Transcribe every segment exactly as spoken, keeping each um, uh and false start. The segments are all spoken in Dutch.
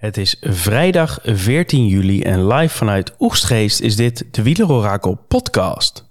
Het is vrijdag veertien juli en live vanuit Oegstgeest is dit de Wielerorakel podcast.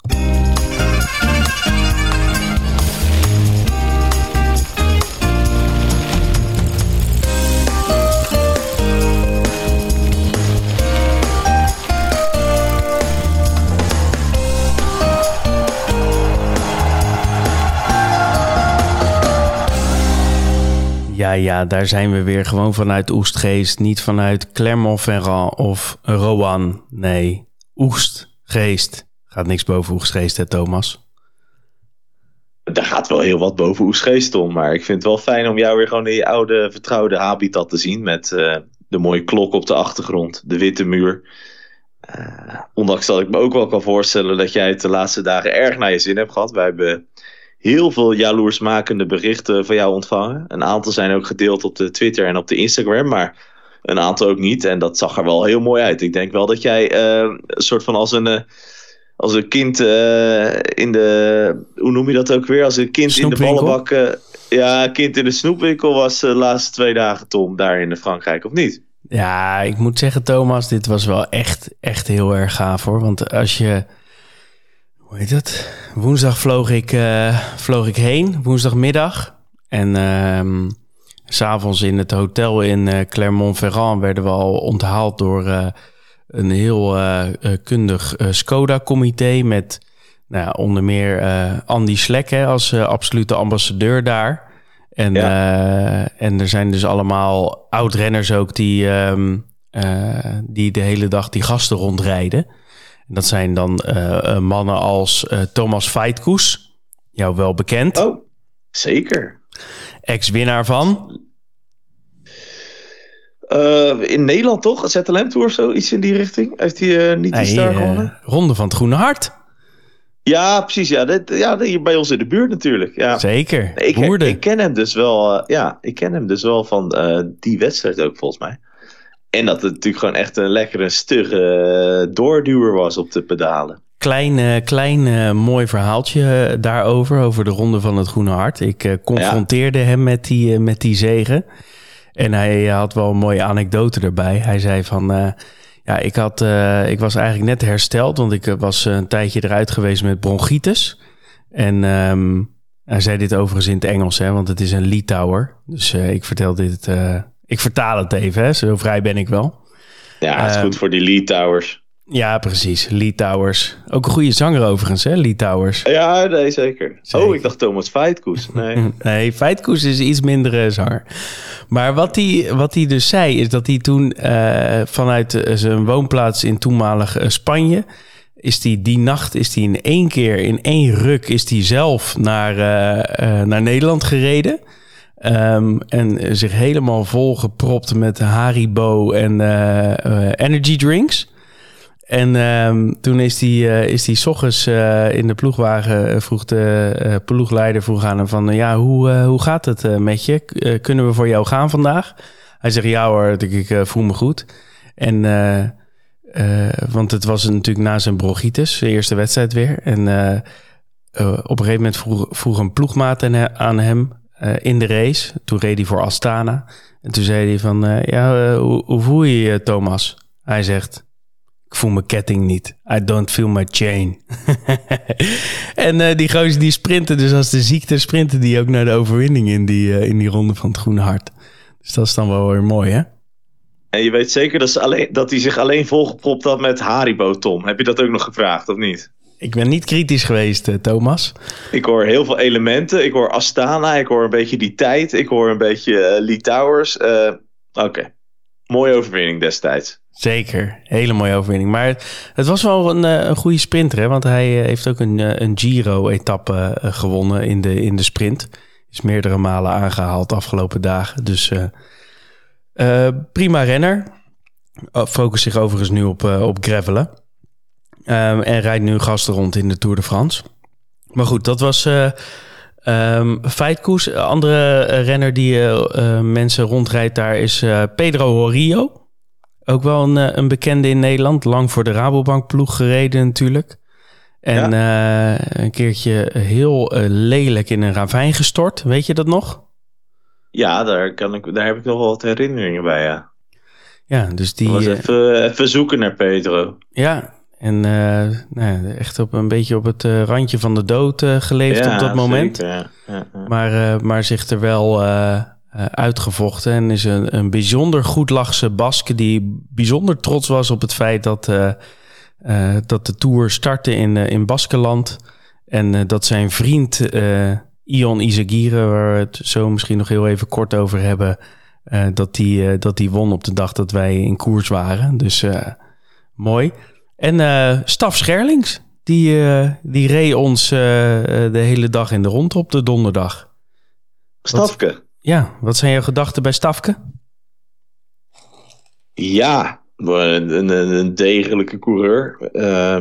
Ja, ja, daar zijn we weer gewoon vanuit Oegstgeest. Niet vanuit Clermont-Ferrand of Roanne. Nee, Oegstgeest. Gaat niks boven Oegstgeest, hè Thomas? Daar gaat wel heel wat boven Oegstgeest om. Maar ik vind het wel fijn om jou weer gewoon in je oude vertrouwde habitat te zien. Met uh, de mooie klok op de achtergrond, de witte muur. Uh, ondanks dat ik me ook wel kan voorstellen dat jij het de laatste dagen erg naar je zin hebt gehad. Wij hebben heel veel jaloersmakende berichten van jou ontvangen. Een aantal zijn ook gedeeld op de Twitter en op de Instagram, maar een aantal ook niet. En dat zag er wel heel mooi uit. Ik denk wel dat jij uh, een soort van als een, uh, als een kind uh, in de... Hoe noem je dat ook weer? Als een kind in de ballenbak... Uh, ja, kind in de snoepwinkel was uh, de laatste twee dagen, Tom, daar in Frankrijk, of niet? Ja, ik moet zeggen, Thomas, dit was wel echt, echt heel erg gaaf, hoor. Want als je... Hoe heet het? Woensdag vloog ik, uh, vloog ik heen, woensdagmiddag. En uh, 's avonds in het hotel in uh, Clermont-Ferrand werden we al onthaald door uh, een heel uh, kundig uh, Skoda-comité met nou, onder meer uh, Andy Slek hè, als uh, absolute ambassadeur daar. En, ja. uh, en er zijn dus allemaal oud-renners ook die, um, uh, die de hele dag die gasten rondrijden. Dat zijn dan uh, mannen als uh, Thomas Feitkoes, jou wel bekend. Oh, zeker. Ex-winnaar van? Uh, in Nederland toch? Z L M Tour of zo? Iets in die richting? Heeft hij uh, niet die star gewonnen? Uh, Ronde van het Groene Hart. Ja, precies. Ja, dit, ja, hier bij ons in de buurt natuurlijk. Ja. Zeker. Ik, ik ken hem dus wel. Uh, ja, ik ken hem dus wel van uh, die wedstrijd ook volgens mij. En dat het natuurlijk gewoon echt een lekkere, stugge doorduwer was op de pedalen. Klein, uh, klein uh, mooi verhaaltje uh, daarover, over de Ronde van het Groene Hart. Ik uh, confronteerde ja. hem met die, uh, met die zege. En hij had wel een mooie anekdote erbij. Hij zei van, uh, ja, ik, had, uh, ik was eigenlijk net hersteld, want ik was een tijdje eruit geweest met bronchitis. En um, hij zei dit overigens in het Engels, hè, want het is een Litouwer. Dus uh, ik vertel dit... Uh, Ik vertaal het even, hè? Zo vrij ben ik wel. Ja, het is uh, goed voor die Lee Towers. Ja, precies. Lee Towers. Ook een goede zanger overigens, hè? Lee Towers. Ja, nee, zeker. zeker. Oh, ik dacht Thomas Feitkoes. Nee, nee Feitkoes is iets mindere zanger. Maar wat hij wat hij dus zei, is dat hij toen uh, vanuit uh, zijn woonplaats in toenmalig uh, Spanje... is die die nacht is die in één keer, in één ruk... is hij zelf naar, uh, uh, naar Nederland gereden... Um, en zich helemaal volgepropt met Haribo en uh, uh, energy drinks. En um, toen is hij uh, is die 's ochtends uh, in de ploegwagen, vroeg de uh, ploegleider vroeg aan hem van... Uh, ja, hoe, uh, hoe gaat het uh, met je? K- uh, kunnen we voor jou gaan vandaag? Hij zegt, ja hoor, ik, ik uh, voel me goed. En, uh, uh, want het was natuurlijk na zijn bronchitis, de eerste wedstrijd weer. En uh, uh, op een gegeven moment vroeg, vroeg een ploegmaat aan hem... Uh, in de race. Toen reed hij voor Astana. En toen zei hij van... Uh, ja, uh, hoe, hoe voel je je, Thomas? Hij zegt... Ik voel mijn ketting niet. I don't feel my chain. en uh, die gozer die sprinten dus als de ziekte... sprinten die ook naar de overwinning in die, uh, in die Ronde van het Groene Hart. Dus dat is dan wel weer mooi, hè? En je weet zeker dat, ze alleen, dat hij zich alleen volgepropt had met Haribo, Tom. Heb je dat ook nog gevraagd, of niet? Ik ben niet kritisch geweest, uh, Thomas. Ik hoor heel veel elementen. Ik hoor Astana, ik hoor een beetje die tijd. Ik hoor een beetje uh, Lee Towers. Uh, Oké, okay. Mooie overwinning destijds. Zeker, hele mooie overwinning. Maar het was wel een, een goede sprinter, hè? Want hij heeft ook een, een Giro-etappe uh, gewonnen in de, in de sprint. Is meerdere malen aangehaald de afgelopen dagen. Dus uh, uh, prima renner. Uh, focust zich overigens nu op, uh, op gravelen. Um, en rijdt nu gasten rond in de Tour de France. Maar goed, dat was uh, um, Feitkoes. Een andere uh, renner die uh, uh, mensen rondrijdt daar is uh, Pedro Horillo. Ook wel een, uh, een bekende in Nederland. Lang voor de Rabobank ploeg gereden natuurlijk. En ja. uh, een keertje heel uh, lelijk in een ravijn gestort. Weet je dat nog? Ja, daar, kan ik, daar heb ik nog wel wat herinneringen bij, ja. Ja, dus die... was even, even zoeken naar Pedro. Ja, en uh, nou, echt op een beetje op het uh, randje van de dood uh, geleefd ja, op dat moment. Zeker, ja. Ja, ja. Maar, uh, maar zich er wel uh, uh, uitgevochten. En is een, een bijzonder goedlachse Baske die bijzonder trots was op het feit dat, uh, uh, dat de Tour startte in, uh, in Baskeland. En uh, dat zijn vriend uh, Ion Izagirre, waar we het zo misschien nog heel even kort over hebben... Uh, dat, die, uh, dat die won op de dag dat wij in koers waren. Dus uh, mooi. En uh, Staf Scherlings, die, uh, die reed ons uh, de hele dag in de rond op de donderdag. Stafke? Wat, ja, wat zijn jouw gedachten bij Stafke? Ja, een, een, een degelijke coureur. Ik uh,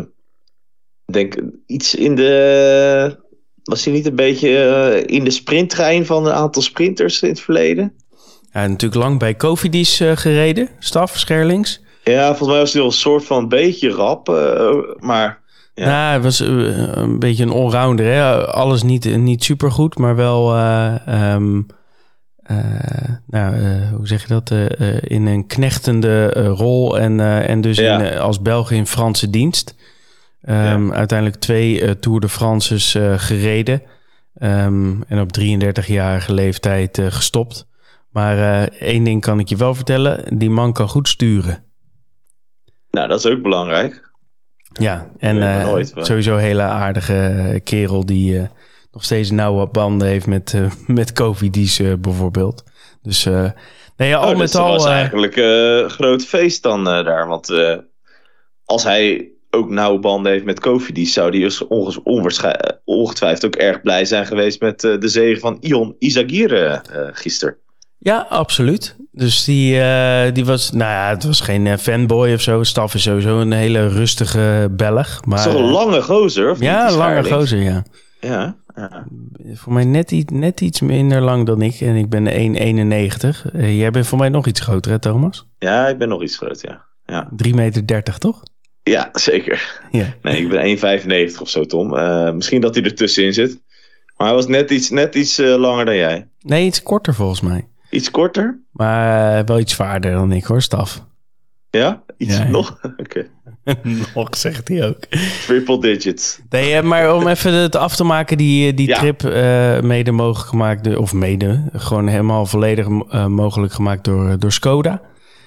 denk iets in de... Was hij niet een beetje uh, in de sprinttrein van een aantal sprinters in het verleden? Ja, natuurlijk lang bij Cofidis uh, gereden, Staf Scherlings. Ja, volgens mij was hij wel een soort van een beetje rap, uh, maar... Ja. Nou, hij was uh, een beetje een allrounder, hè? Alles niet, niet supergoed, maar wel... Uh, um, uh, nou, uh, hoe zeg je dat? Uh, uh, in een knechtende uh, rol en, uh, en dus ja. in, uh, als Belg in Franse dienst. Um, ja. Uiteindelijk twee uh, Tour de France's uh, gereden. Um, en op drieëndertigjarige leeftijd uh, gestopt. Maar uh, één ding kan ik je wel vertellen. Die man kan goed sturen. Nou, dat is ook belangrijk. Ja, en uh, nooit, sowieso een hele aardige kerel die uh, nog steeds nauwe banden heeft met, uh, met Cofidis uh, bijvoorbeeld. Dus uh, nee, ja, al oh, met dat al... was uh, eigenlijk een uh, groot feest dan uh, daar. Want uh, als hij ook nauwe banden heeft met Cofidis, zou hij dus onge- ongetwijfeld ook erg blij zijn geweest met uh, de zege van Ion Izagirre uh, gisteren. Ja, absoluut. Dus die, uh, die was, nou ja, het was geen uh, fanboy of zo. Staf is sowieso een hele rustige Belg. Maar, het is toch een lange gozer? Of ja, niet, een lange gozer, ja. Ja, ja. Voor mij net, iets, net iets minder lang dan ik. En ik ben één komma eenennegentig. Uh, jij bent voor mij nog iets groter, hè, Thomas? Ja, ik ben nog iets groter, ja. ja. drie meter dertig, toch? Ja, zeker. Ja. Nee, ik ben één komma vijfennegentig of zo, Tom. Uh, misschien dat hij ertussenin zit. Maar hij was net iets, net iets uh, langer dan jij. Nee, iets korter volgens mij. Iets korter? Maar uh, wel iets zwaarder dan ik, hoor, Staf. Ja? Iets ja, nog? Ja. Oké. Okay. Nog, zegt hij ook. Triple digits. Nee, maar om even het af te maken, die, die ja. trip uh, mede mogelijk gemaakt, of mede, gewoon helemaal volledig uh, mogelijk gemaakt door, door Skoda.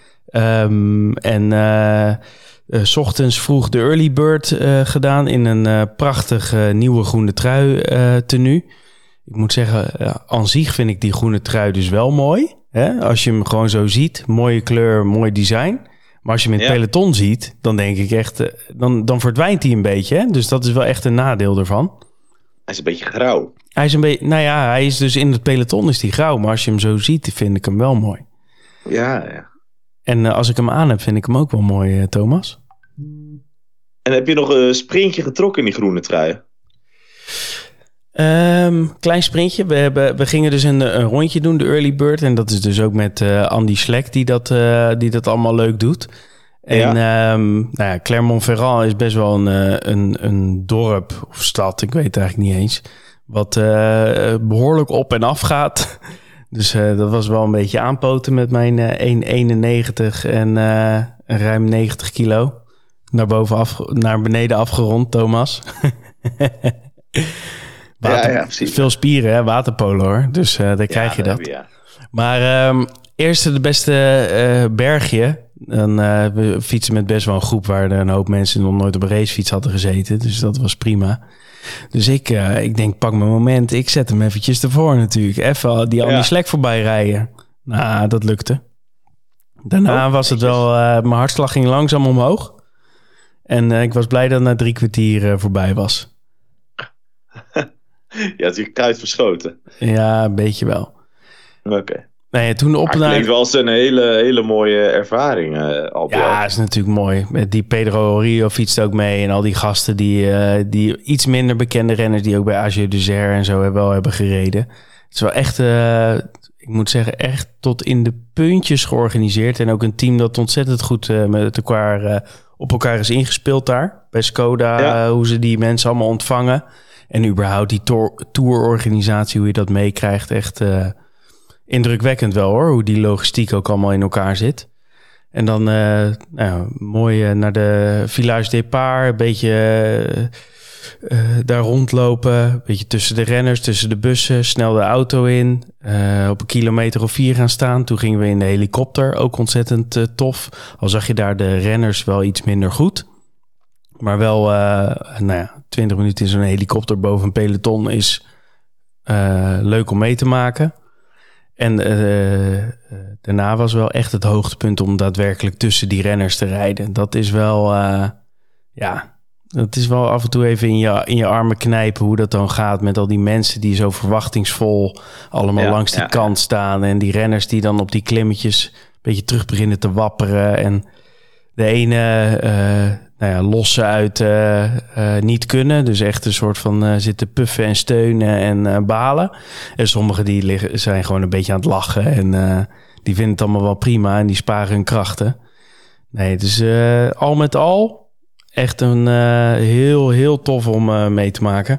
Um, en uh, uh, 's ochtends vroeg de early bird uh, gedaan in een uh, prachtige nieuwe groene trui uh, tenue. Ik moet zeggen, uh, aan zich vind ik die groene trui dus wel mooi. Hè? Als je hem gewoon zo ziet, mooie kleur, mooi design. Maar als je hem in het ja. peloton ziet, dan denk ik echt, uh, dan, dan verdwijnt hij een beetje. Hè? Dus dat is wel echt een nadeel ervan. Hij is een beetje grauw. Hij is een beetje, nou ja, hij is dus in het peloton is hij grauw. Maar als je hem zo ziet, vind ik hem wel mooi. Ja, ja. En uh, als ik hem aan heb, vind ik hem ook wel mooi, uh, Thomas. En heb je nog een sprintje getrokken in die groene trui? Um, klein sprintje. We, hebben, we gingen dus een, een rondje doen, de early bird. En dat is dus ook met uh, Andy Schlek die dat, uh, die dat allemaal leuk doet. En ja. Um, nou ja, Clermont-Ferrand is best wel een, een, een dorp of stad, ik weet het eigenlijk niet eens, wat uh, behoorlijk op en af gaat. Dus uh, dat was wel een beetje aanpoten met mijn uh, één komma eenennegentig en uh, ruim negentig kilo. Naar boven af, naar beneden afgerond, Thomas. Water, ja, ja, veel spieren, hè? Waterpolo hoor. Dus uh, daar krijg ja, je dat. We, ja. Maar um, eerst de beste uh, bergje. Dan, uh, we fietsen met best wel een groep waar er een hoop mensen nog nooit op een racefiets hadden gezeten. Dus dat was prima. Dus ik, uh, ik denk, pak mijn moment. Ik zet hem eventjes ervoor natuurlijk. Even die Andy ja. Schlek voorbij rijden. Nou, dat lukte. Daarna oh, was het wel... Uh, mijn hartslag ging langzaam omhoog. En uh, ik was blij dat het na drie kwartier uh, voorbij was. Je had je kuit verschoten. Ja, een beetje wel. Oké. Okay. Nee, toen op het klinkt wel als een hele, hele mooie ervaring. Uh, al ja, dat is natuurlijk mooi. Die Pedro Rio fietst ook mee. En al die gasten, die, uh, die iets minder bekende renners... die ook bij A G Desert en zo wel hebben gereden. Het is wel echt, uh, ik moet zeggen, echt tot in de puntjes georganiseerd. En ook een team dat ontzettend goed uh, met elkaar, uh, op elkaar is ingespeeld daar. Bij Skoda, ja. uh, hoe ze die mensen allemaal ontvangen. En überhaupt die tour- tourorganisatie, hoe je dat meekrijgt, echt uh, indrukwekkend wel hoor. Hoe die logistiek ook allemaal in elkaar zit. En dan uh, nou, mooi uh, naar de Village Départ, een beetje uh, uh, daar rondlopen. Een beetje tussen de renners, tussen de bussen, snel de auto in. Uh, op een kilometer of vier gaan staan. Toen gingen we in de helikopter, ook ontzettend uh, tof. Al zag je daar de renners wel iets minder goed. Maar wel, uh, nou ja, twintig minuten in zo'n helikopter boven een peloton is uh, leuk om mee te maken. En uh, uh, daarna was wel echt het hoogtepunt om daadwerkelijk tussen die renners te rijden. Dat is wel, uh, ja, dat is wel af en toe even in je, in je armen knijpen hoe dat dan gaat met al die mensen die zo verwachtingsvol allemaal ja, langs die ja, kant staan. En die renners die dan op die klimmetjes een beetje terug beginnen te wapperen. En de ene uh, nou ja, lossen uit uh, uh, niet kunnen. Dus echt een soort van uh, zitten puffen en steunen en uh, balen. En sommigen die liggen, zijn gewoon een beetje aan het lachen. En uh, die vinden het allemaal wel prima en die sparen hun krachten. Nee, dus uh, al met al echt een uh, heel, heel tof om uh, mee te maken.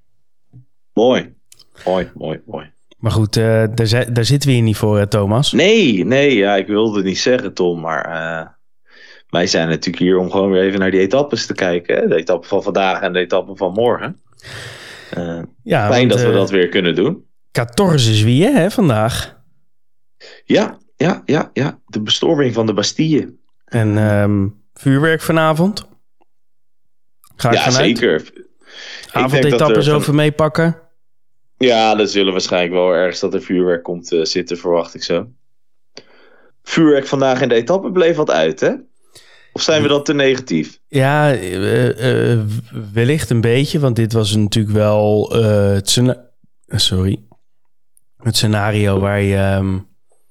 Mooi, mooi, mooi, mooi. Maar goed, uh, daar, daar zitten we hier niet voor, uh, Thomas. Nee, nee, ja, ik wilde het niet zeggen, Tom, maar... Uh... Wij zijn natuurlijk hier om gewoon weer even naar die etappes te kijken. Hè? De etappe van vandaag en de etappe van morgen. Uh, ja, fijn want, dat we uh, dat weer kunnen doen. veertien juillet, hè, vandaag. Ja, ja, ja, ja. De bestorming van de Bastille. En um, vuurwerk vanavond. Ga ik ja, vanuit. Zeker. Avondetappes van... over meepakken. Ja, dat zullen waarschijnlijk wel ergens dat er vuurwerk komt uh, zitten, verwacht ik zo. Vuurwerk vandaag in de etappe bleef wat uit, hè? Of zijn we dan te negatief? Ja, uh, uh, wellicht een beetje. Want dit was natuurlijk wel uh, het, scena- sorry. het scenario waar je... Um,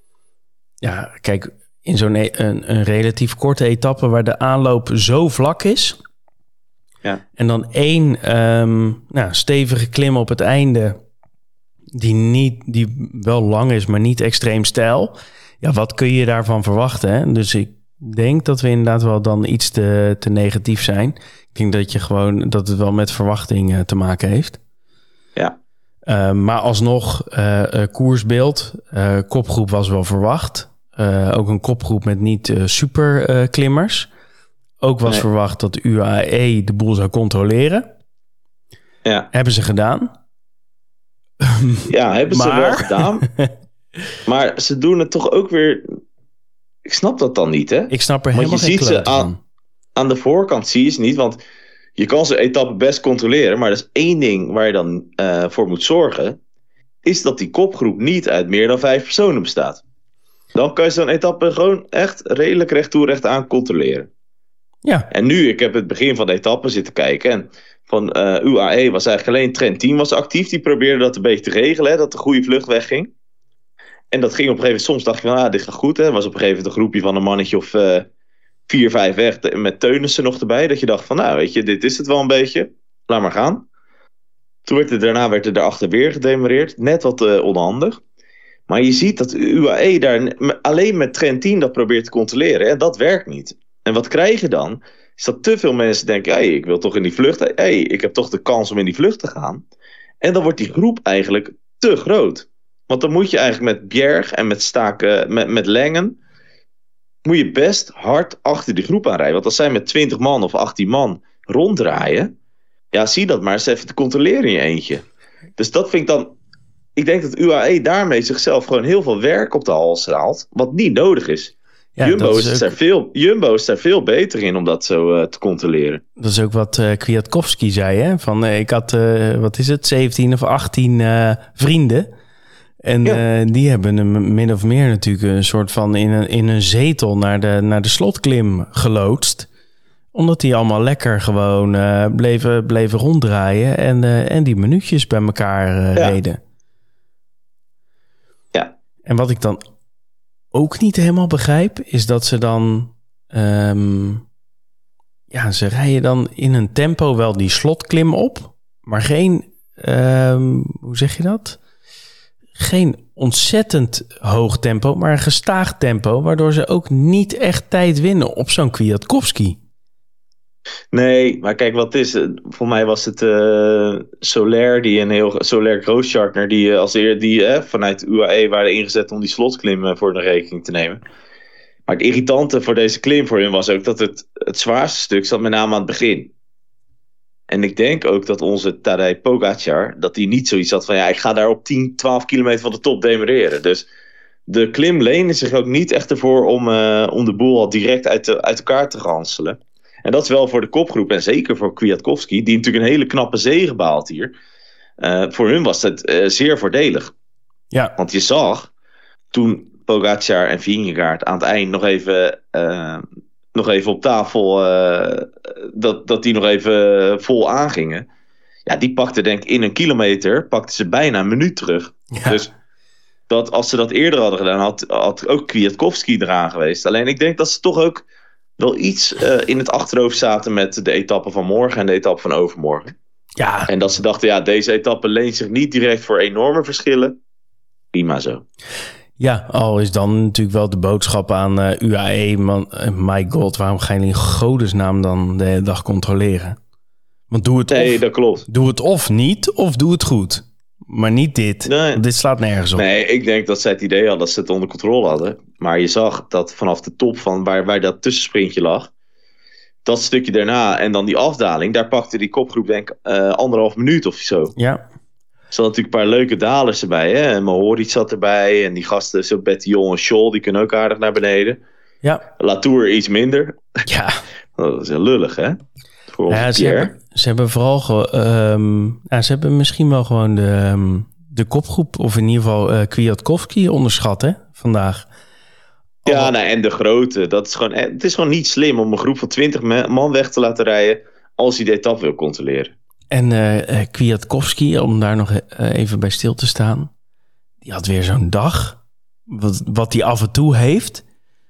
ja, kijk, in zo'n e- een, een relatief korte etappe... waar de aanloop zo vlak is... Ja. En dan één um, nou, stevige klim op het einde... Die, niet, die wel lang is, maar niet extreem steil. Ja, wat kun je daarvan verwachten? Hè? Dus ik denk dat we inderdaad wel dan iets te, te negatief zijn. Ik denk dat je gewoon dat het wel met verwachting uh, te maken heeft. Ja. Uh, maar alsnog, uh, uh, koersbeeld. Uh, kopgroep was wel verwacht. Uh, ook een kopgroep met niet uh, super uh, klimmers. Ook was nee. verwacht dat U A E de boel zou controleren. Ja. Hebben ze gedaan. Ja, hebben maar... ze wel gedaan. Maar ze doen het toch ook weer... Ik snap dat dan niet, hè? Ik snap er want helemaal je geen ziet ze aan, van. Aan de voorkant zie je ze niet, want je kan zo'n etappe best controleren, maar dat is één ding waar je dan uh, voor moet zorgen, is dat die kopgroep niet uit meer dan vijf personen bestaat. Dan kan je zo'n etappe gewoon echt redelijk recht toe recht aan controleren. Ja. En nu, ik heb het begin van de etappe zitten kijken en van uh, U A E was eigenlijk alleen Trentin was actief. Die probeerde dat een beetje te regelen, hè, dat de goede vlucht wegging. En dat ging op een gegeven moment, soms dacht je van, ah, dit gaat goed. Er was op een gegeven moment een groepje van een mannetje of uh, vier, vijf weg, met Teunissen nog erbij. Dat je dacht van, nou weet je, dit is het wel een beetje. Laat maar gaan. Toen werd er daarna werd er daarachter weer gedemareerd. Net wat uh, onhandig. Maar je ziet dat U A E daar alleen met Trentin dat probeert te controleren. En dat werkt niet. En wat krijg je dan? Is dat te veel mensen denken, hey, ik wil toch in die vlucht. Hey, ik heb toch de kans om in die vlucht te gaan. En dan wordt die groep eigenlijk te groot. Want dan moet je eigenlijk met Bjerg en met Staken, met, met Lengen, moet je best hard achter die groep aanrijden. Want als zij met twintig man of achttien man ronddraaien, ja, zie dat maar eens even te controleren in je eentje. Dus dat vind ik dan, ik denk dat U A E daarmee zichzelf gewoon heel veel werk op de hals haalt, wat niet nodig is. Ja, Jumbo, is is ook... veel, Jumbo is daar veel beter in om dat zo uh, te controleren. Dat is ook wat uh, Kwiatkowski zei, hè? Van, uh, ik had, uh, wat is het, zeventien of achttien uh, vrienden. En ja. uh, die hebben hem min of meer natuurlijk een soort van in een, in een zetel naar de, naar de slotklim geloodst. Omdat die allemaal lekker gewoon uh, bleven, bleven ronddraaien en, uh, en die minuutjes bij elkaar uh, ja. reden. Ja. En wat ik dan ook niet helemaal begrijp, is dat ze dan... Um, ja, ze rijden dan in een tempo wel die slotklim op, maar geen... Um, hoe zeg je dat? Geen ontzettend hoog tempo, maar een gestaag tempo, waardoor ze ook niet echt tijd winnen op zo'n Kwiatkowski. Nee, maar kijk wat het is. Voor mij was het uh, Soler, die een heel Soler Grooschartner, die uh, als eerder die uh, vanuit U A E waren ingezet om die slotklim uh, voor de rekening te nemen. Maar het irritante voor deze klim voor hun was ook dat het, het zwaarste stuk zat met name aan het begin. En ik denk ook dat onze Tadej Pogacar, dat hij niet zoiets had van, ja, ik ga daar op tien, twaalf kilometer van de top demereren. Dus de klim leende zich ook niet echt ervoor om, uh, om de boel al direct uit, de, uit elkaar te ranselen. En dat is wel voor de kopgroep en zeker voor Kwiatkowski, die natuurlijk een hele knappe zege behaalt hier. Uh, voor hun was het uh, zeer voordelig. Ja. Want je zag, toen Pogacar en Vingegaard aan het eind nog even, uh, nog even op tafel, uh, dat, dat die nog even vol aangingen. Ja, die pakte denk ik in een kilometer, pakte ze bijna een minuut terug. Ja. Dus dat als ze dat eerder hadden gedaan, had, had ook Kwiatkowski eraan geweest. Alleen ik denk dat ze toch ook wel iets uh, in het achterhoofd zaten met de etappe van morgen en de etappe van overmorgen. Ja. En dat ze dachten, ja, deze etappe leent zich niet direct voor enorme verschillen. Prima zo. Ja, al is dan natuurlijk wel de boodschap aan uh, U A E. Man, uh, my god, waarom ga je in godesnaam dan de hele dag controleren? Want doe het nee, of, dat klopt. Doe het of niet, of doe het goed. Maar niet dit. Nee. Want dit slaat nergens op. Nee, ik denk dat zij het idee hadden dat ze het onder controle hadden. Maar je zag dat vanaf de top van waar, waar dat tussensprintje lag, dat stukje daarna en dan die afdaling, daar pakte die kopgroep denk ik uh, anderhalf minuut of zo. Ja. Er zaten natuurlijk een paar leuke dalers erbij. Hè? En Mohoric zat erbij. En die gasten, zo Bettiol en Scholl, die kunnen ook aardig naar beneden. Ja. Latour iets minder. Ja. Dat is heel lullig, hè? Voor ja, ze, hebben, ze hebben vooral... Ge, um, ja, ze hebben misschien wel gewoon de, um, de kopgroep, of in ieder geval uh, Kwiatkowski onderschat, hè? Vandaag. Ja, oh. nou, en de grootte. Dat is gewoon, het is gewoon niet slim om een groep van twintig man weg te laten rijden als hij de etappe wil controleren. En uh, Kwiatkowski, om daar nog uh, even bij stil te staan, die had weer zo'n dag. Wat, wat hij af en toe heeft.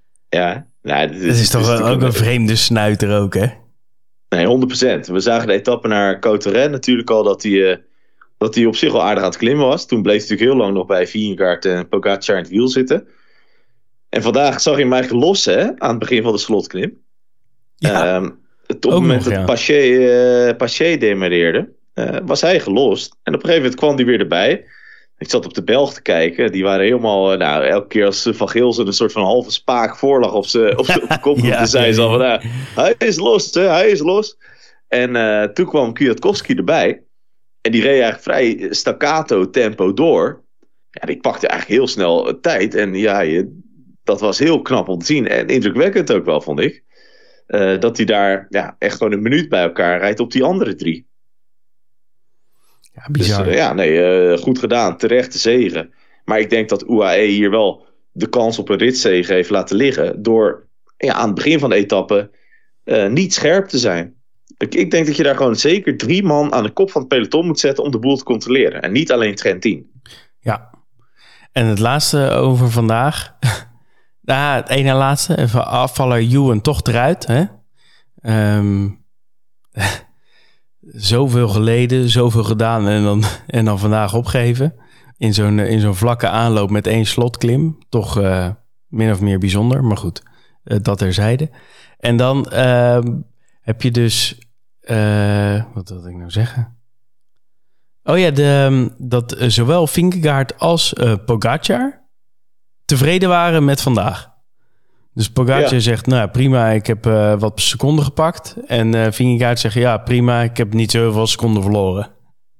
Ja, nou, dit is, dat is, is toch is ook een, een vreemde snuiter ook, hè? Nee, honderd procent. We zagen de etappe naar Couteren natuurlijk al dat hij, uh, dat hij op zich wel aardig aan het klimmen was. Toen bleef hij natuurlijk heel lang nog bij Vingegaard en Pogacar in het wiel zitten. En vandaag zag je hem eigenlijk los, hè? Aan het begin van de slotklim. Ja. Um, Op het moment nog, ja. dat Paché, uh, Paché demareerde, uh, was hij gelost. En op een gegeven moment kwam hij weer erbij. Ik zat op de Belg te kijken. Die waren helemaal, uh, nou, elke keer als Van Gilsen een soort van halve spaak voorlag op, ze, op, op de kop. ja, dan zei ze al van, nou, hij is los, hè, hij is los. En uh, toen kwam Kwiatkowski erbij. En die reed eigenlijk vrij staccato tempo door. Ja, die pakte eigenlijk heel snel tijd. En ja, je, dat was heel knap om te zien. En indrukwekkend ook wel, vond ik. Uh, dat hij daar ja, echt gewoon een minuut bij elkaar rijdt op die andere drie. Ja, bizar. Dus uh, ja, nee, uh, goed gedaan. Terechte zege. Maar ik denk dat U A E hier wel de kans op een ritzege heeft laten liggen. Door ja, aan het begin van de etappe uh, niet scherp te zijn. Ik, ik denk dat je daar gewoon zeker drie man aan de kop van het peloton moet zetten om de boel te controleren. En niet alleen Trentin. Ja. En het laatste over vandaag. Nou, het ene laatste. Even afvaller Ewan toch eruit. Hè? Um, zoveel geleden, zoveel gedaan en dan, en dan vandaag opgeven. In zo'n, in zo'n vlakke aanloop met één slotklim. Toch uh, min of meer bijzonder, maar goed. Uh, dat terzijde. En dan uh, heb je dus... Uh, wat wilde ik nou zeggen? Oh ja, de, dat uh, zowel Vingegaard als uh, Pogacar tevreden waren met vandaag. Dus Pogacar ja. zegt, nou prima, ik heb uh, wat seconden gepakt. En uh, Vingegaard zegt, ja prima, ik heb niet zoveel seconden verloren.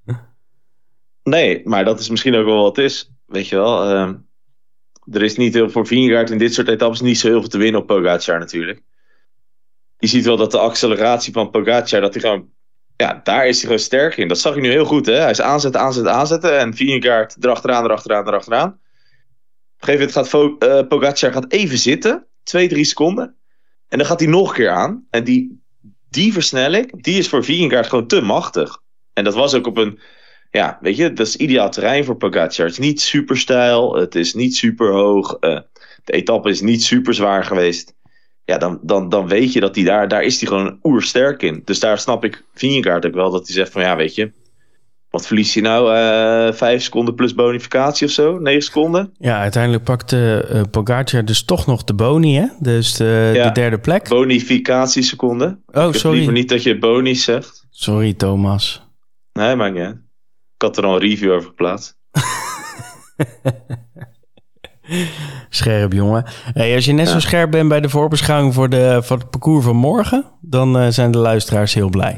Nee, maar dat is misschien ook wel wat het is. Weet je wel, uh, er is niet heel, voor Vingegaard in dit soort etappes niet zo heel veel te winnen op Pogacar natuurlijk. Je ziet wel dat de acceleratie van Pogacar, dat hij gewoon, ja, daar is hij gewoon sterk in. Dat zag je nu heel goed, hè. Hij is aanzetten, aanzetten, aanzetten. En Vingegaard erachteraan, erachteraan, erachteraan. Op een gegeven moment gaat Vo- uh, Pogacar gaat even zitten. Twee, drie seconden. En dan gaat hij nog een keer aan. En die, die versnelling, die is voor Vingegaard gewoon te machtig. En dat was ook op een, ja, weet je, dat is ideaal terrein voor Pogacar. Het is niet super steil, het is niet super hoog. Uh, de etappe is niet super zwaar geweest. Ja, dan, dan, dan weet je dat hij daar, daar is hij gewoon oersterk in. Dus daar snap ik Vingegaard ook wel, dat hij zegt van, ja, weet je, wat verliest hij nou? Uh, vijf seconden plus bonificatie of zo? Negen seconden? Ja, uiteindelijk pakte uh, Pogacar dus toch nog de boni, hè? Dus de, ja, de derde plek. Bonificatieseconden. Oh, ik sorry. Liever niet dat je bonies zegt. Sorry, Thomas. Nee, maakt niet uit. Ik had er al een review over geplaatst. Scherp, jongen. Hey, als je net ja. zo scherp bent bij de voorbeschouwing voor, de, voor het parcours van morgen, dan uh, zijn de luisteraars heel blij.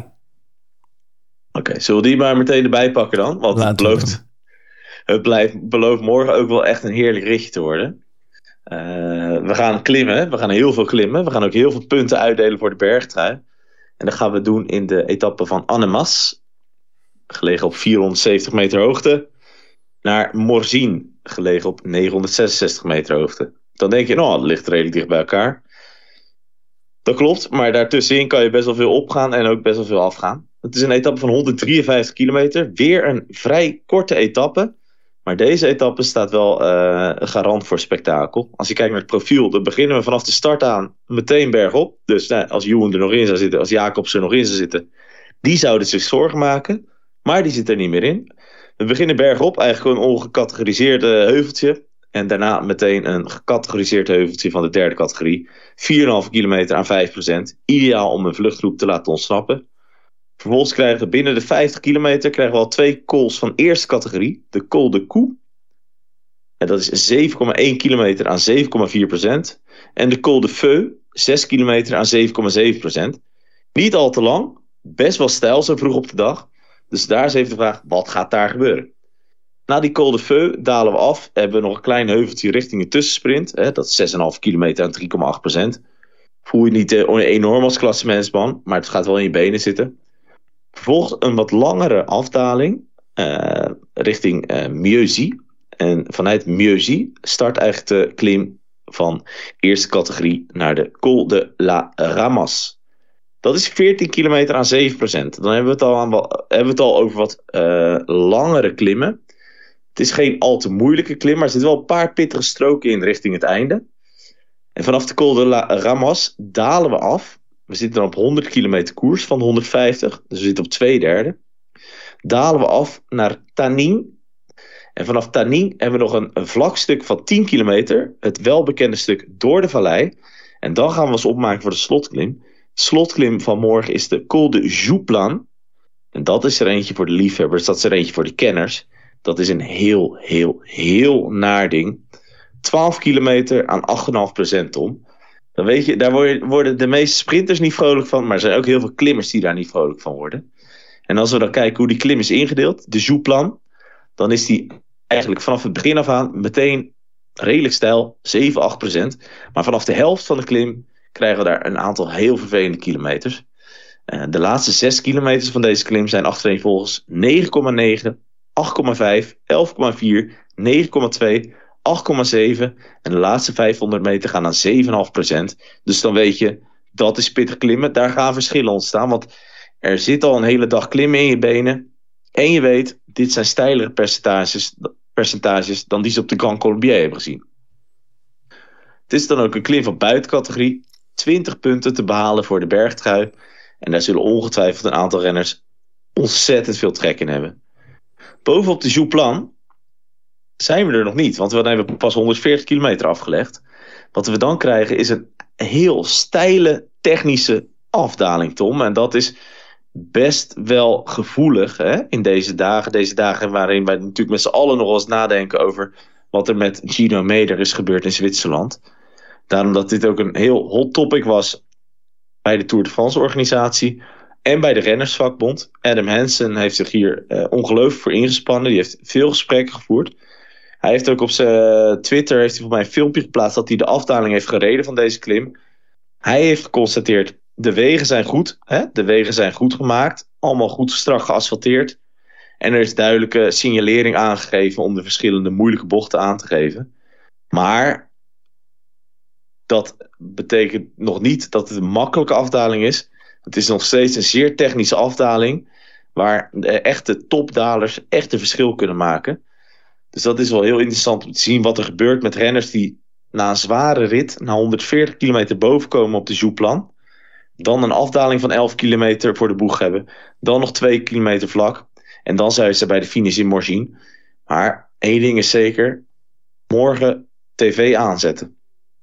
Oké, okay, zullen we die maar meteen erbij pakken dan? Want Laat het belooft, het blijft, belooft morgen ook wel echt een heerlijk ritje te worden. Uh, we gaan klimmen, we gaan heel veel klimmen. We gaan ook heel veel punten uitdelen voor de bergtrui. En dat gaan we doen in de etappe van Annemasse, gelegen op vierhonderdzeventig meter hoogte, naar Morzine, gelegen op negenhonderdzesenzestig meter hoogte. Dan denk je, nou, dat ligt redelijk dicht bij elkaar. Dat klopt, maar daartussenin kan je best wel veel opgaan en ook best wel veel afgaan. Het is een etappe van honderddrieënvijftig kilometer. Weer een vrij korte etappe. Maar deze etappe staat wel uh, een garant voor spektakel. Als je kijkt naar het profiel, dan beginnen we vanaf de start aan meteen bergop. Dus nou, als Ewan er nog in zou zitten, als Jacobs er nog in zou zitten, die zouden zich zorgen maken. Maar die zit er niet meer in. We beginnen bergop, eigenlijk een ongecategoriseerde heuveltje. En daarna meteen een gecategoriseerd heuveltje van de derde categorie. vier komma vijf kilometer aan vijf procent. Ideaal om een vluchtgroep te laten ontsnappen. Vervolgens krijgen we binnen de vijftig kilometer krijgen we al twee cols van eerste categorie. De Col de Cou. En dat is zeven komma één kilometer aan zeven komma vier procent. En de Col de Feu, zes kilometer aan zeven komma zeven procent. Niet al te lang. Best wel steil zo vroeg op de dag. Dus daar is even de vraag, wat gaat daar gebeuren? Na die Col de Feu dalen we af. Hebben we nog een klein heuveltje richting een tussensprint. Hè, dat is zes komma vijf kilometer aan drie komma acht procent. Voel je niet uh, enorm als klassementsman, maar het gaat wel in je benen zitten. Vervolgens een wat langere afdaling uh, richting uh, Mieuxy. En vanuit Mieuxy start eigenlijk de klim van eerste categorie naar de Col de la Ramasse. Dat is veertien kilometer aan zeven procent. Dan hebben we het al, aan, hebben we het al over wat uh, langere klimmen. Het is geen al te moeilijke klim, maar er zitten wel een paar pittige stroken in richting het einde. En vanaf de Col de la Ramasse dalen we af. We zitten dan op honderd kilometer koers van de honderdvijftig. Dus we zitten op twee derde. Dalen we af naar Tanin. En vanaf Tanin hebben we nog een, een vlak stuk van tien kilometer. Het welbekende stuk door de vallei. En dan gaan we ons opmaken voor de slotklim. De slotklim van morgen is de Col de Jouplan. En dat is er eentje voor de liefhebbers. Dat is er eentje voor de kenners. Dat is een heel, heel, heel naar ding. twaalf kilometer aan acht komma vijf procent, Tom. Dan weet je, daar worden de meeste sprinters niet vrolijk van. Maar er zijn ook heel veel klimmers die daar niet vrolijk van worden. En als we dan kijken hoe die klim is ingedeeld. De Jouplan. Dan is die eigenlijk vanaf het begin af aan meteen redelijk steil. zeven, acht procent. Maar vanaf de helft van de klim krijgen we daar een aantal heel vervelende kilometers. Uh, de laatste zes kilometers van deze klim zijn achtereenvolgens negen komma negen, acht komma vijf, elf komma vier, negen komma twee, acht komma zeven. En de laatste vijfhonderd meter gaan naar zeven komma vijf procent. Dus dan weet je, dat is pittig klimmen. Daar gaan verschillen ontstaan. Want er zit al een hele dag klimmen in je benen. En je weet, dit zijn steilere percentages, percentages dan die ze op de Grand Colombier hebben gezien. Het is dan ook een klim van buitencategorie. twintig punten te behalen voor de bergtrui. En daar zullen ongetwijfeld een aantal renners ontzettend veel trek in hebben. Bovenop de Jouplan zijn we er nog niet. Want we hebben pas honderdveertig kilometer afgelegd. Wat we dan krijgen is een heel steile technische afdaling, Tom. En dat is best wel gevoelig hè, in deze dagen. Deze dagen waarin wij natuurlijk met z'n allen nog wel eens nadenken over wat er met Gino Meder is gebeurd in Zwitserland. Daarom dat dit ook een heel hot topic was bij de Tour de France organisatie en bij de rennersvakbond. Adam Hansen heeft zich hier uh, ongelooflijk voor ingespannen. Die heeft veel gesprekken gevoerd. Hij heeft ook op zijn Twitter heeft hij voor mij een filmpje geplaatst dat hij de afdaling heeft gereden van deze klim. Hij heeft geconstateerd, de wegen zijn goed. Hè? De wegen zijn goed gemaakt. Allemaal goed strak geasfalteerd. En er is duidelijke signalering aangegeven om de verschillende moeilijke bochten aan te geven. Maar dat betekent nog niet dat het een makkelijke afdaling is. Het is nog steeds een zeer technische afdaling waar de echte topdalers echt een verschil kunnen maken. Dus dat is wel heel interessant om te zien wat er gebeurt met renners die na een zware rit, na honderdveertig kilometer boven komen op de Jouplan. Dan een afdaling van elf kilometer voor de boeg hebben. Dan nog twee kilometer vlak. En dan zijn ze bij de finish in Morzine. Maar één ding is zeker. Morgen tv aanzetten.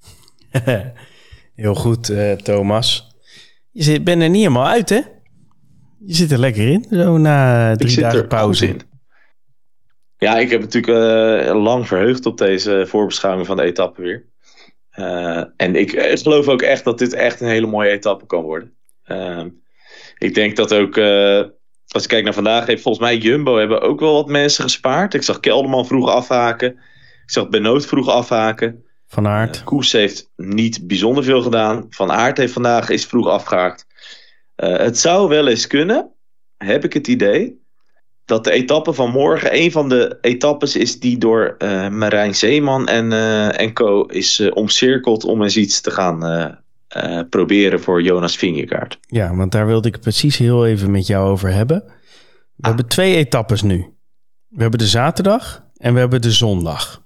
Heel goed, uh, Thomas. Je zit, bent er niet helemaal uit, hè? Je zit er lekker in. Zo na drie dagen pauze. In. Ja, ik heb natuurlijk uh, lang verheugd op deze voorbeschouwing van de etappe weer. Uh, en ik, ik geloof ook echt dat dit echt een hele mooie etappe kan worden. Uh, ik denk dat ook, uh, als ik kijk naar vandaag, heeft volgens mij Jumbo hebben ook wel wat mensen gespaard. Ik zag Kelderman vroeg afhaken. Ik zag Benoot vroeg afhaken. Van Aert. Uh, Koes heeft niet bijzonder veel gedaan. Van Aert heeft vandaag is vroeg afgehaakt. Uh, het zou wel eens kunnen, heb ik het idee, dat de etappe van morgen een van de etappes is die door uh, Marijn Zeeman en, uh, en co. is uh, omcirkeld om eens iets te gaan uh, uh, proberen voor Jonas Vingegaard. Ja, want daar wilde ik het precies heel even met jou over hebben. We ah. hebben twee etappes nu. We hebben de zaterdag en we hebben de zondag.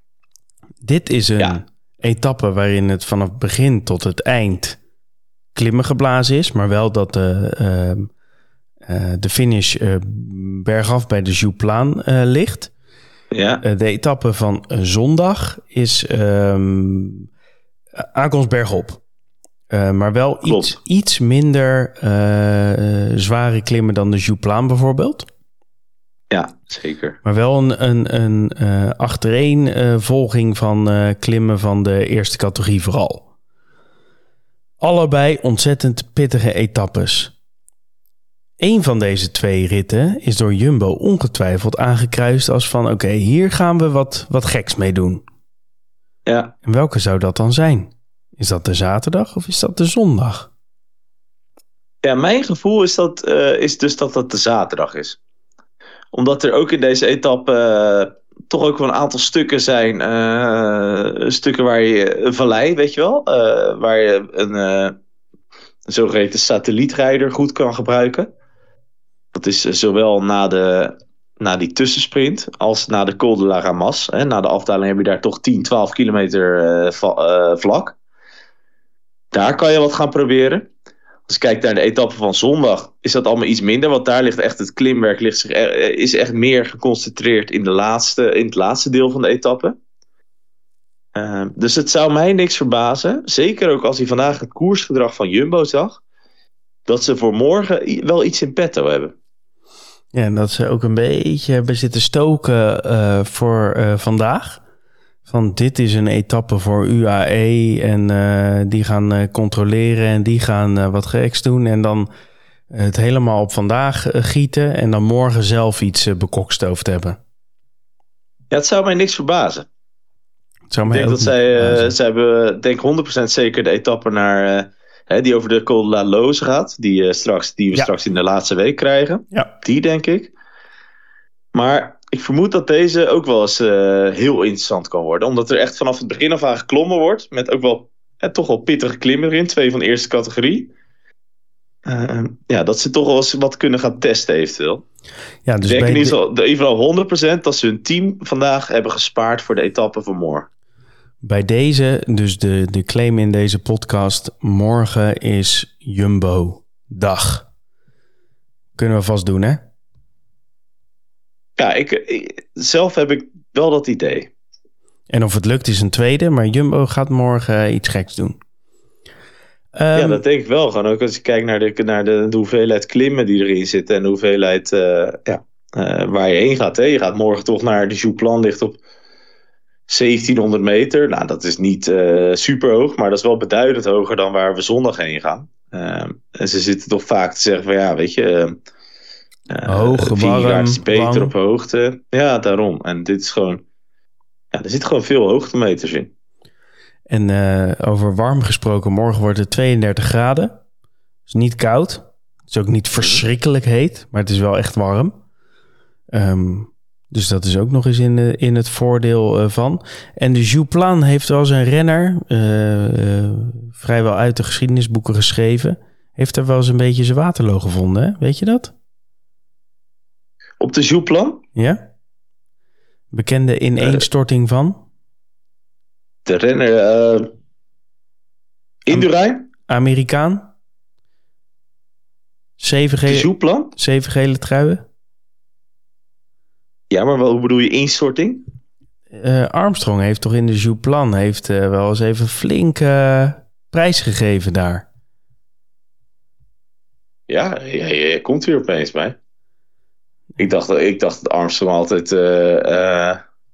Dit is een ja. etappe waarin het vanaf het begin tot het eind klimmen geblazen is, maar wel dat de... Uh, Uh, de finish uh, bergaf bij de Jouplan uh, ligt. Ja. Uh, de etappe van uh, zondag is um, aankomst bergop. Uh, maar wel iets, iets minder uh, uh, zware klimmen dan de Jouplan bijvoorbeeld. Ja, zeker. Maar wel een, een, een uh, achtereenvolging uh, van uh, klimmen van de eerste categorie vooral. Allebei ontzettend pittige etappes. Eén van deze twee ritten is door Jumbo ongetwijfeld aangekruist als van... oké, okay, hier gaan we wat, wat geks mee doen. Ja. En welke zou dat dan zijn? Is dat de zaterdag of is dat de zondag? Ja, mijn gevoel is, dat, uh, is dus dat dat de zaterdag is. Omdat er ook in deze etappe uh, toch ook wel een aantal stukken zijn. Uh, stukken waar je een vallei, weet je wel. Uh, waar je een, uh, een zogeheten satellietrijder goed kan gebruiken. Dat is zowel na, de, na die tussensprint als na de Col de la Ramas. Hè. Na de afdaling heb je daar toch tien, twaalf kilometer uh, va- uh, vlak. Daar kan je wat gaan proberen. Als je kijkt naar de etappe van zondag is dat allemaal iets minder. Want daar ligt echt het klimwerk ligt zich er, is echt meer geconcentreerd in, de laatste, in het laatste deel van de etappe. Uh, dus het zou mij niks verbazen. Zeker ook als hij vandaag het koersgedrag van Jumbo zag. Dat ze voor morgen wel iets in petto hebben. Ja, en dat ze ook een beetje hebben zitten stoken uh, voor uh, vandaag. Van dit is een etappe voor U A E en uh, die gaan uh, controleren en die gaan uh, wat geks doen. En dan het helemaal op vandaag uh, gieten en dan morgen zelf iets uh, bekokstoofd hebben. Ja, het zou mij niks verbazen. Het zou mij ik denk dat zij, uh, zij hebben, denk honderd procent zeker de etappe naar... Uh, He, die over de Col de la Loze gaat. Die, uh, straks, die we ja. straks in de laatste week krijgen. Ja. Die, denk ik. Maar ik vermoed dat deze ook wel eens uh, heel interessant kan worden. Omdat er echt vanaf het begin af aan geklommen wordt. Met ook wel eh, toch wel pittige klimmen erin. Twee van de eerste categorie. Uh, ja, dat ze toch wel eens wat kunnen gaan testen eventueel. Ja, dus ik denk in ieder de... geval, in ieder geval honderd procent dat ze hun team vandaag hebben gespaard voor de etappe van morgen. Bij deze, dus de, de claim in deze podcast, morgen is Jumbo-dag. Kunnen we vast doen, hè? Ja, ik, ik, zelf heb ik wel dat idee. En of het lukt is een tweede, maar Jumbo gaat morgen iets geks doen. Um, ja, dat denk ik wel. Gewoon ook als je kijkt naar de, naar de, de hoeveelheid klimmen die erin zitten en de hoeveelheid uh, ja, uh, waar je heen gaat. Hè. Je gaat morgen toch naar de Jouplan, ligt op zeventienhonderd meter. Nou, dat is niet uh, super hoog, maar dat is wel beduidend hoger dan waar we zondag heen gaan. Uh, en ze zitten toch vaak te zeggen van ja, weet je, uh, hoog, warm, is beter lang. op hoogte. Ja, daarom. En dit is gewoon, ja, er zitten gewoon veel hoogtemeters in. En uh, over warm gesproken, morgen wordt het tweeëndertig graden. Het is niet koud. Het is ook niet verschrikkelijk heet, maar het is wel echt warm. Um, Dus dat is ook nog eens in, uh, in het voordeel uh, van. En de Jouplan heeft wel eens een renner, uh, uh, vrijwel uit de geschiedenisboeken geschreven, heeft er wel eens een beetje zijn Waterloo gevonden, hè? Weet je dat? Op de Jouplan? Ja. Bekende ineenstorting van? De renner uh, Indurain? Amerikaan. Zeven gele, de Jouplan? Zeven gele truien. Ja, maar wat bedoel je instorting? Uh, Armstrong heeft toch in de Jouplan heeft uh, wel eens even flink uh, prijs gegeven daar. Ja, je, je komt weer opeens bij. Ik dacht, ik dacht dat Armstrong altijd... Uh, uh,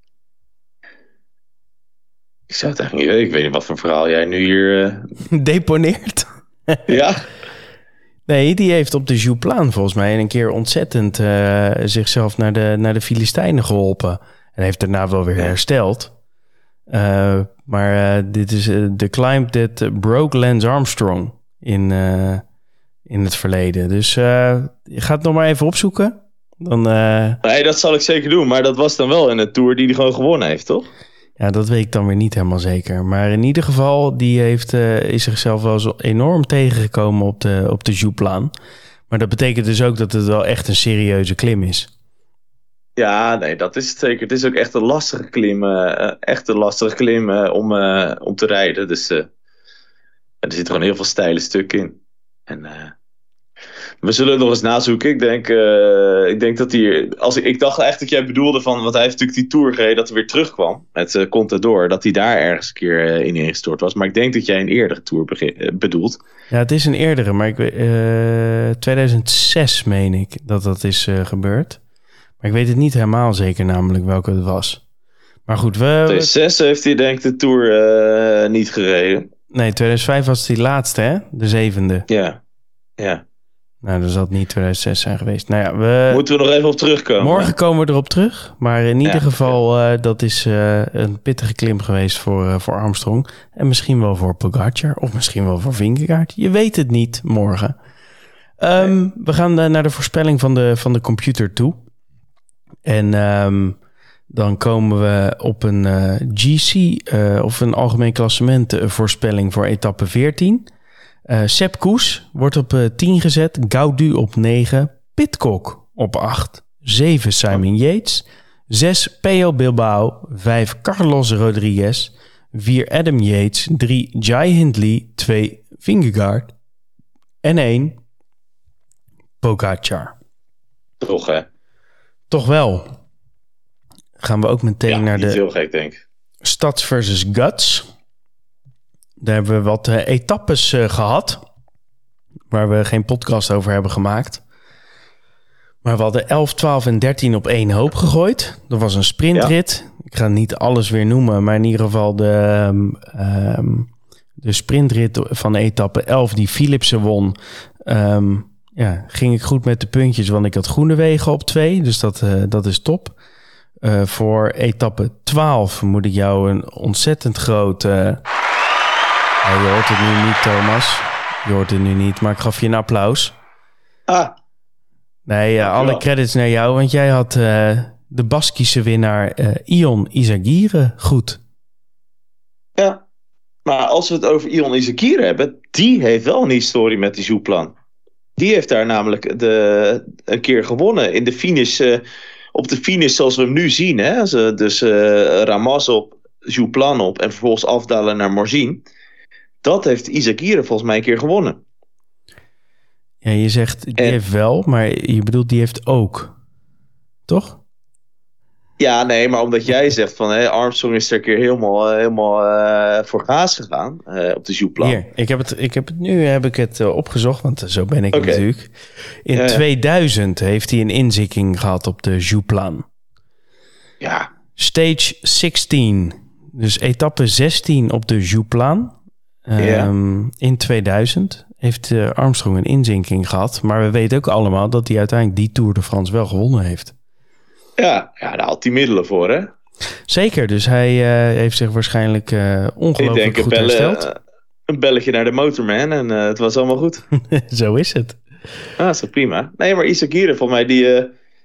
ik zou het eigenlijk niet weten. Ik weet niet wat voor verhaal jij nu hier... Uh... Deponeert? Ja? Nee, die heeft op de Jouplaan volgens mij een keer ontzettend uh, zichzelf naar de, naar de Filistijnen geholpen. En heeft daarna wel weer hersteld. Uh, maar uh, dit is uh, The Climb That Broke Lance Armstrong in, uh, in het verleden. Dus uh, je gaat het nog maar even opzoeken. Dan, uh... Nee, dat zal ik zeker doen. Maar dat was dan wel in een Tour die hij gewoon gewonnen heeft, toch? Ja, dat weet ik dan weer niet helemaal zeker. Maar in ieder geval, die heeft, uh, is zichzelf wel zo enorm tegengekomen op de, op de Jouplaan. Maar dat betekent dus ook dat het wel echt een serieuze klim is. Ja, nee, dat is het zeker. Het is ook echt een lastige klim. Uh, echt een lastige klim uh, om, uh, om te rijden. Dus uh, er zitten gewoon heel veel steile stukken in. En... Uh... We zullen het nog eens nazoeken. Ik denk, uh, ik denk dat hij... Als ik, ik dacht echt dat jij bedoelde van... Want hij heeft natuurlijk die Tour gereden dat hij weer terugkwam. Met uh, Contador. Dat hij daar ergens een keer uh, in ingestort was. Maar ik denk dat jij een eerdere Tour begin, uh, bedoelt. Ja, het is een eerdere. Maar ik, uh, tweeduizend zes meen ik dat dat is uh, gebeurd. Maar ik weet het niet helemaal zeker namelijk welke het was. Maar goed, we... tweeduizend zes heeft hij denk ik de Tour uh, niet gereden. Nee, tweeduizend vijf was die laatste, hè? De zevende. Ja, ja. Nou, dat zal het niet tweeduizend zes zijn geweest. Nou ja, we... Moeten we nog even op terugkomen? Morgen komen we erop terug. Maar in ieder ja, geval, uh, dat is uh, een pittige klim geweest voor, uh, voor Armstrong. En misschien wel voor Pogacar. Of misschien wel voor Vingegaard. Je weet het niet morgen. Um, nee. We gaan uh, naar de voorspelling van de, van de computer toe. En um, dan komen we op een uh, G C... Uh, of een algemeen klassement uh, voorspelling voor etappe veertien... Uh, Sepp Koes wordt op uh, tien gezet. Gaudu op negen. Pidcock op acht. zeven Simon Yates. zes Pello Bilbao. vijf Carlos Rodriguez. vier Adam Yates. drie Jai Hindley. twee Vingegaard. En één Pogacar. Toch hè? Toch wel. Gaan we ook meteen ja, naar de heel gek, denk ik. Stads versus Guts. Daar hebben we wat uh, etappes uh, gehad. Waar we geen podcast over hebben gemaakt. Maar we hadden elf, twaalf en dertien op één hoop gegooid. Dat was een sprintrit. Ja. Ik ga niet alles weer noemen. Maar in ieder geval de, um, um, de sprintrit van etappe elf die Philipsen won. Um, ja, ging ik goed met de puntjes. Want ik had Groenewegen op twee. Dus dat, uh, dat is top. Uh, voor etappe twaalf moet ik jou een ontzettend groot... Uh, Ja, je hoort het nu niet, Thomas. Je hoort het nu niet, maar ik gaf je een applaus. Ah. Nee, uh, alle credits naar jou, want jij had uh, de Baskische winnaar uh, Ion Izagirre goed. Ja, maar als we het over Ion Izagirre hebben, die heeft wel een historie met de Jouplaan. Die heeft daar namelijk de, een keer gewonnen in de finish, uh, op de finish zoals we hem nu zien. Hè? Dus uh, Ramaz op, Jouplaan op en vervolgens afdalen naar Morzine. Dat heeft Izagirre volgens mij een keer gewonnen. Ja, je zegt die en, heeft wel, maar je bedoelt die heeft ook. Toch? Ja, nee, maar omdat jij zegt van hey, Armstrong is er een keer helemaal, helemaal uh, voor gaas gegaan uh, op de Jouplaan. Hier, ik heb het, ik heb het, nu heb ik het uh, opgezocht, want zo ben ik okay. natuurlijk. In ja, ja. tweeduizend heeft hij een inzinking gehad op de Jouplaan. Ja. Stage zestien, dus etappe zestien op de Jouplaan. Um, ja. In tweeduizend heeft uh, Armstrong een inzinking gehad. Maar we weten ook allemaal dat hij uiteindelijk die Tour de France wel gewonnen heeft. Ja, ja daar had hij middelen voor, hè? Zeker, dus hij uh, heeft zich waarschijnlijk uh, ongelooflijk denk, goed bellen, hersteld. Uh, een belletje naar de motorman en uh, het was allemaal goed. Zo is het. Ah, zo prima. Nee, maar Izagirre, volgens mij, die... Uh,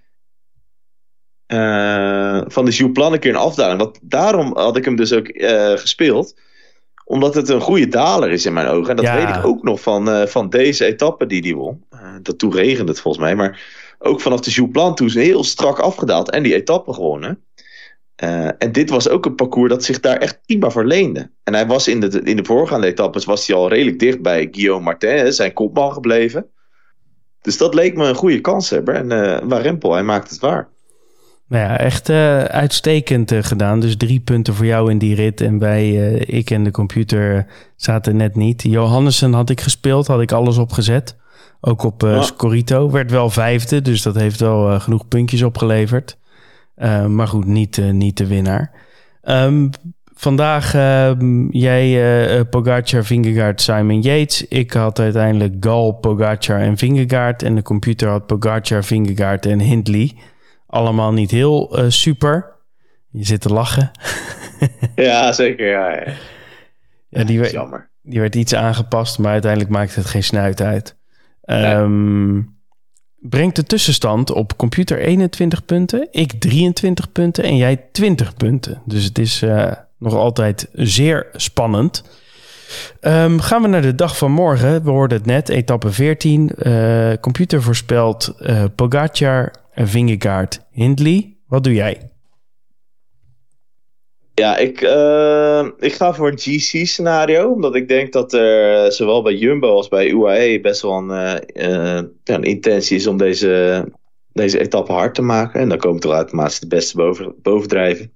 uh, van de Jouplaan een keer een afdaling. Want daarom had ik hem dus ook uh, gespeeld... Omdat het een goede daler is in mijn ogen. En dat ja. weet ik ook nog van, uh, van deze etappe die hij won. Uh, dat toen regende het volgens mij. Maar ook vanaf de Jouplaan toen is heel strak afgedaald. En die etappe gewonnen. Uh, en dit was ook een parcours dat zich daar echt prima voor leende. En hij was in de, in de voorgaande etappes was hij al redelijk dicht bij Guillaume Martin. Zijn kopman gebleven. Dus dat leek me een goede kanshebber. En uh, Warempel, hij maakt het waar. Nou ja, echt uh, uitstekend uh, gedaan. Dus drie punten voor jou in die rit. En bij uh, ik en de computer zaten net niet. Johannessen had ik gespeeld, had ik alles opgezet. Ook op uh, Ja. Scorito. Werd wel vijfde, dus dat heeft wel uh, genoeg puntjes opgeleverd. Uh, maar goed, niet, uh, niet de winnaar. Um, vandaag uh, jij uh, Pogacar, Vingegaard, Simon Yates. Ik had uiteindelijk Gal, Pogacar en Vingegaard. En de computer had Pogacar, Vingegaard en Hindley. Allemaal niet heel uh, super. Je zit te lachen. Ja, zeker. Ja, ja. Ja, die, werd, jammer. die werd iets aangepast, maar uiteindelijk maakt het geen snuit uit. Um, ja. Brengt de tussenstand op computer eenentwintig punten, ik drieëntwintig punten en jij twintig punten. Dus het is uh, nog altijd zeer spannend. Um, gaan we naar de dag van morgen. We hoorden het net, etappe veertien. Uh, computer voorspelt uh, Pogacar, Vingegaard, Hindley. Wat doe jij? Ja, ik, uh, ik ga voor een G C-scenario. Omdat ik denk dat er zowel bij Jumbo als bij U A E best wel een, uh, uh, een intentie is om deze, deze etappe hard te maken. En dan komen er automatisch de beste boven, bovendrijven.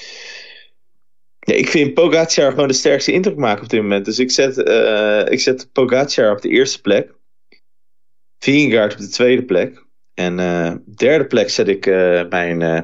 Ja, ik vind Pogacar gewoon de sterkste indruk maken op dit moment. Dus ik zet, uh, ik zet Pogacar op de eerste plek. Vingegaard op de tweede plek. En uh, derde plek zet ik uh, mijn... Uh,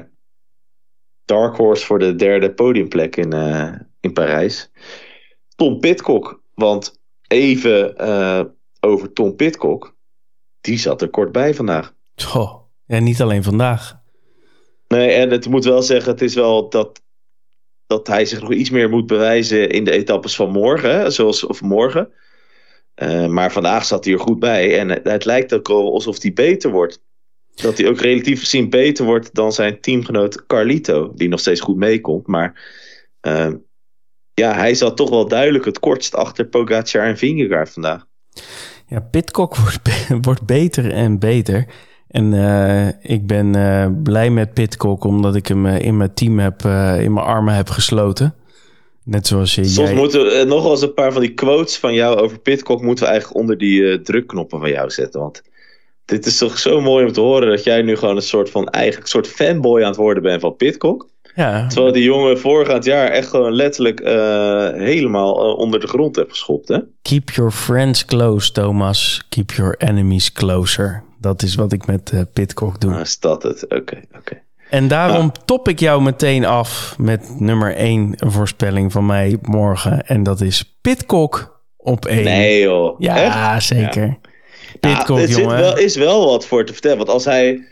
Dark Horse voor de derde podiumplek in, uh, in Parijs. Tom Pidcock. Want even uh, over Tom Pidcock. Die zat er kort bij vandaag. Oh, ja, niet alleen vandaag. Nee, en het moet wel zeggen, het is wel dat, dat hij zich nog iets meer moet bewijzen in de etappes van morgen. Hè, zoals of morgen. Uh, maar vandaag zat hij er goed bij. En het, het lijkt ook al alsof hij beter wordt. Dat hij ook relatief gezien beter wordt dan zijn teamgenoot Carlito. Die nog steeds goed meekomt. Maar uh, ja, hij zat toch wel duidelijk het kortst achter Pogacar en Vingegaard vandaag. Ja, Pidcock wordt, be- wordt beter en beter. En uh, ik ben uh, blij met Pidcock omdat ik hem uh, in mijn team heb, uh, in mijn armen heb gesloten. Net zoals je... Soms jij... moeten we uh, nog wel eens een paar van die quotes van jou over Pidcock moeten we eigenlijk onder die uh, drukknoppen van jou zetten. Want dit is toch zo mooi om te horen dat jij nu gewoon een soort van eigenlijk een soort fanboy aan het worden bent van Pidcock. Ja. Terwijl die jongen voorgaand jaar echt gewoon letterlijk uh, helemaal uh, onder de grond heeft geschopt, hè? Keep your friends close, Thomas. Keep your enemies closer. Dat is wat ik met uh, Pidcock doe. Nou, is dat het? Oké, okay, oké. Okay. En daarom ah. top ik jou meteen af met nummer één voorspelling van mij morgen. En dat is Pidcock op één. Nee joh. Ja, echt? Zeker. Ja. Pidcock, ja, er jongen. Zit wel, is wel wat voor te vertellen. Want als hij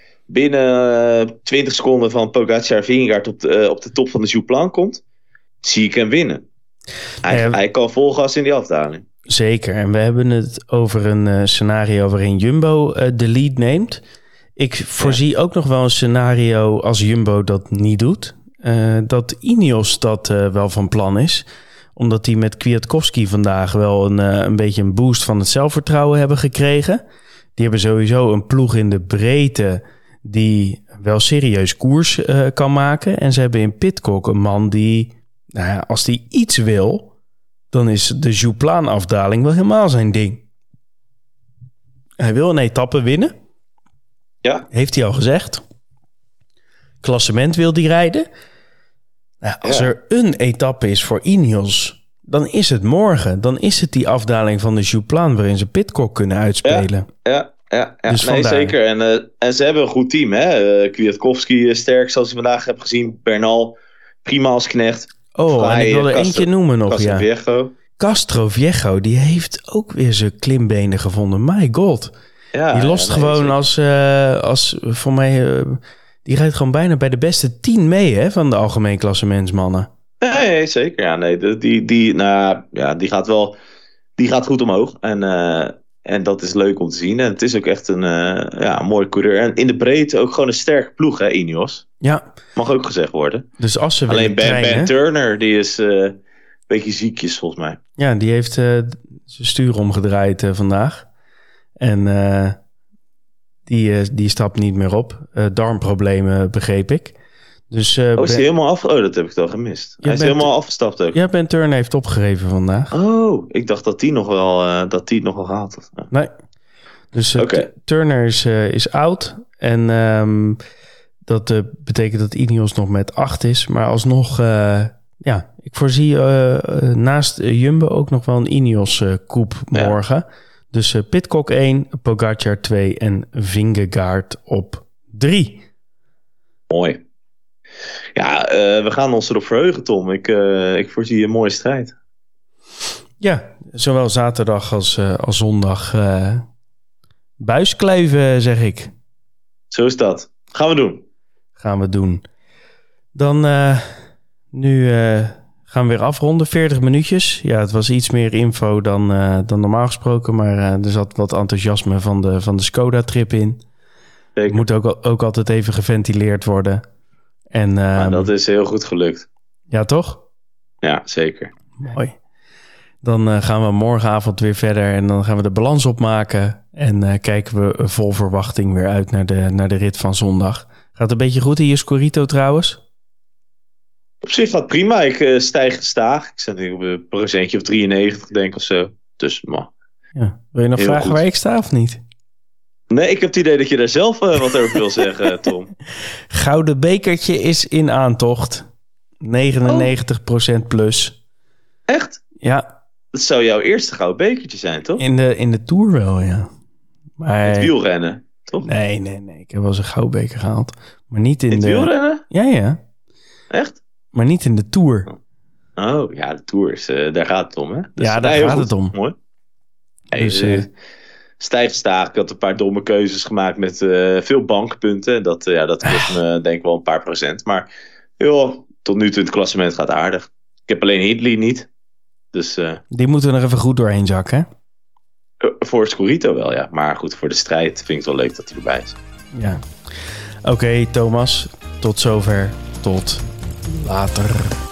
binnen twintig seconden van Pogacar Vingegaard op de, uh, op de top van de Jouplan komt, zie ik hem winnen. Hij, ja, hij kan vol gas in die afdaling. Zeker. En we hebben het over een uh, scenario waarin Jumbo uh, de lead neemt. Ik voorzie ja. ook nog wel een scenario als Jumbo dat niet doet. Uh, dat Ineos dat uh, wel van plan is. Omdat die met Kwiatkowski vandaag wel een, uh, een beetje een boost van het zelfvertrouwen hebben gekregen. Die hebben sowieso een ploeg in de breedte die wel serieus koers uh, kan maken. En ze hebben in Pidcock een man die, nou ja, als die iets wil, dan is de Jouplan-afdaling wel helemaal zijn ding. Hij wil een etappe winnen. Ja. Heeft hij al gezegd. Klassement wil hij rijden. Nou, als ja. er een etappe is voor Ineos, dan is het morgen. Dan is het die afdaling van de Jouplan waarin ze Pidcock kunnen uitspelen. Ja, ja, ja, ja. Dus nee, zeker. En, uh, en ze hebben een goed team. Hè? Uh, Kwiatkowski uh, sterk, zoals je vandaag hebt gezien. Bernal, prima als knecht. Oh, Vrij, en ik wil er Castro, eentje noemen nog. Castro ja. Viejo. Castro Viejo, die heeft ook weer zijn klimbenen gevonden. My god. Ja, die lost ja, nee, gewoon als, uh, als, voor mij... Uh, die rijdt gewoon bijna bij de beste tien mee, hè, van de algemeen klassementsmannen. Nee, zeker. Ja, nee, die, die, die, nou, ja, die gaat wel, die gaat goed omhoog. En, uh, en dat is leuk om te zien. En het is ook echt een, uh, ja, een mooie coureur. En in de breedte ook gewoon een sterke ploeg, hè, Ineos. Ja. Mag ook gezegd worden. Dus als ze Alleen Ben, treinen, Ben Turner, die is uh, een beetje ziekjes volgens mij. Ja, die heeft uh, zijn stuur omgedraaid uh, vandaag. En uh, die, uh, die stapt niet meer op. Uh, darmproblemen, begreep ik. Dus, uh, oh, is ben... hij helemaal af? Oh, dat heb ik toch gemist. Ja, hij is helemaal t... afgestapt ook. Ja, Ben Turner heeft opgegeven vandaag. Oh, ik dacht dat die nog wel, uh, dat die het nog wel gehaald had. Ja. Nee. Dus uh, okay. t- Turner is, uh, is oud. En um, dat uh, betekent dat Ineos nog met acht is. Maar alsnog, uh, ja, ik voorzie uh, uh, naast Jumbo ook nog wel een Ineos uh, koep morgen. Ja. Dus uh, Pidcock één, Pogacar twee en Vingegaard op drie. Mooi. Ja, uh, we gaan ons erop verheugen, Tom. Ik, uh, ik voorzie een mooie strijd. Ja, zowel zaterdag als, uh, als zondag. Uh, buiskluiven, zeg ik. Zo is dat. Gaan we doen. Gaan we doen. Dan uh, nu uh, gaan we weer afronden. veertig minuutjes. Ja, het was iets meer info dan, uh, dan normaal gesproken. Maar uh, er zat wat enthousiasme van de, van de Skoda-trip in. Het moet ook, ook altijd even geventileerd worden. En, uh, nou, dat is heel goed gelukt. Ja, toch? Ja, zeker. Mooi. Dan uh, gaan we morgenavond weer verder en dan gaan we de balans opmaken. En uh, kijken we vol verwachting weer uit naar de, naar de rit van zondag. Gaat het een beetje goed in je Scorito trouwens? Op zich gaat prima. Ik uh, stijg gestaag. Ik sta nu op een procentje of drieënnegentig denk ik of zo. Dus, maar... Ja. Wil je nog vragen goed waar ik sta of niet? Nee, ik heb het idee dat je daar zelf uh, wat over wil zeggen, Tom. Gouden bekertje is in aantocht. negenennegentig procent plus. Echt? Ja. Dat zou jouw eerste gouden bekertje zijn, toch? In de, in de Tour wel, ja. Maar... Het wielrennen, toch? Nee, nee, nee. Ik heb wel eens een gouden beker gehaald. Maar niet in, in de... het wielrennen? Ja, ja. Echt? Maar niet in de Tour. Oh, ja, de Tour is... Uh, daar gaat het om, hè? Dus, ja, daar nee, gaat goed. het om. Mooi. Hey, dus... Uh, uh... stijf staag. Ik had een paar domme keuzes gemaakt met uh, veel bankpunten. Dat, uh, ja, dat kost me denk ik wel een paar procent. Maar joh, tot nu toe het klassement gaat aardig. Ik heb alleen Hindley niet. Dus, uh, die moeten we nog even goed doorheen zakken, hè? Uh, voor Scorito wel, ja. Maar goed, voor de strijd vind ik het wel leuk dat hij erbij is. Ja. Oké, okay, Thomas. Tot zover. Tot later.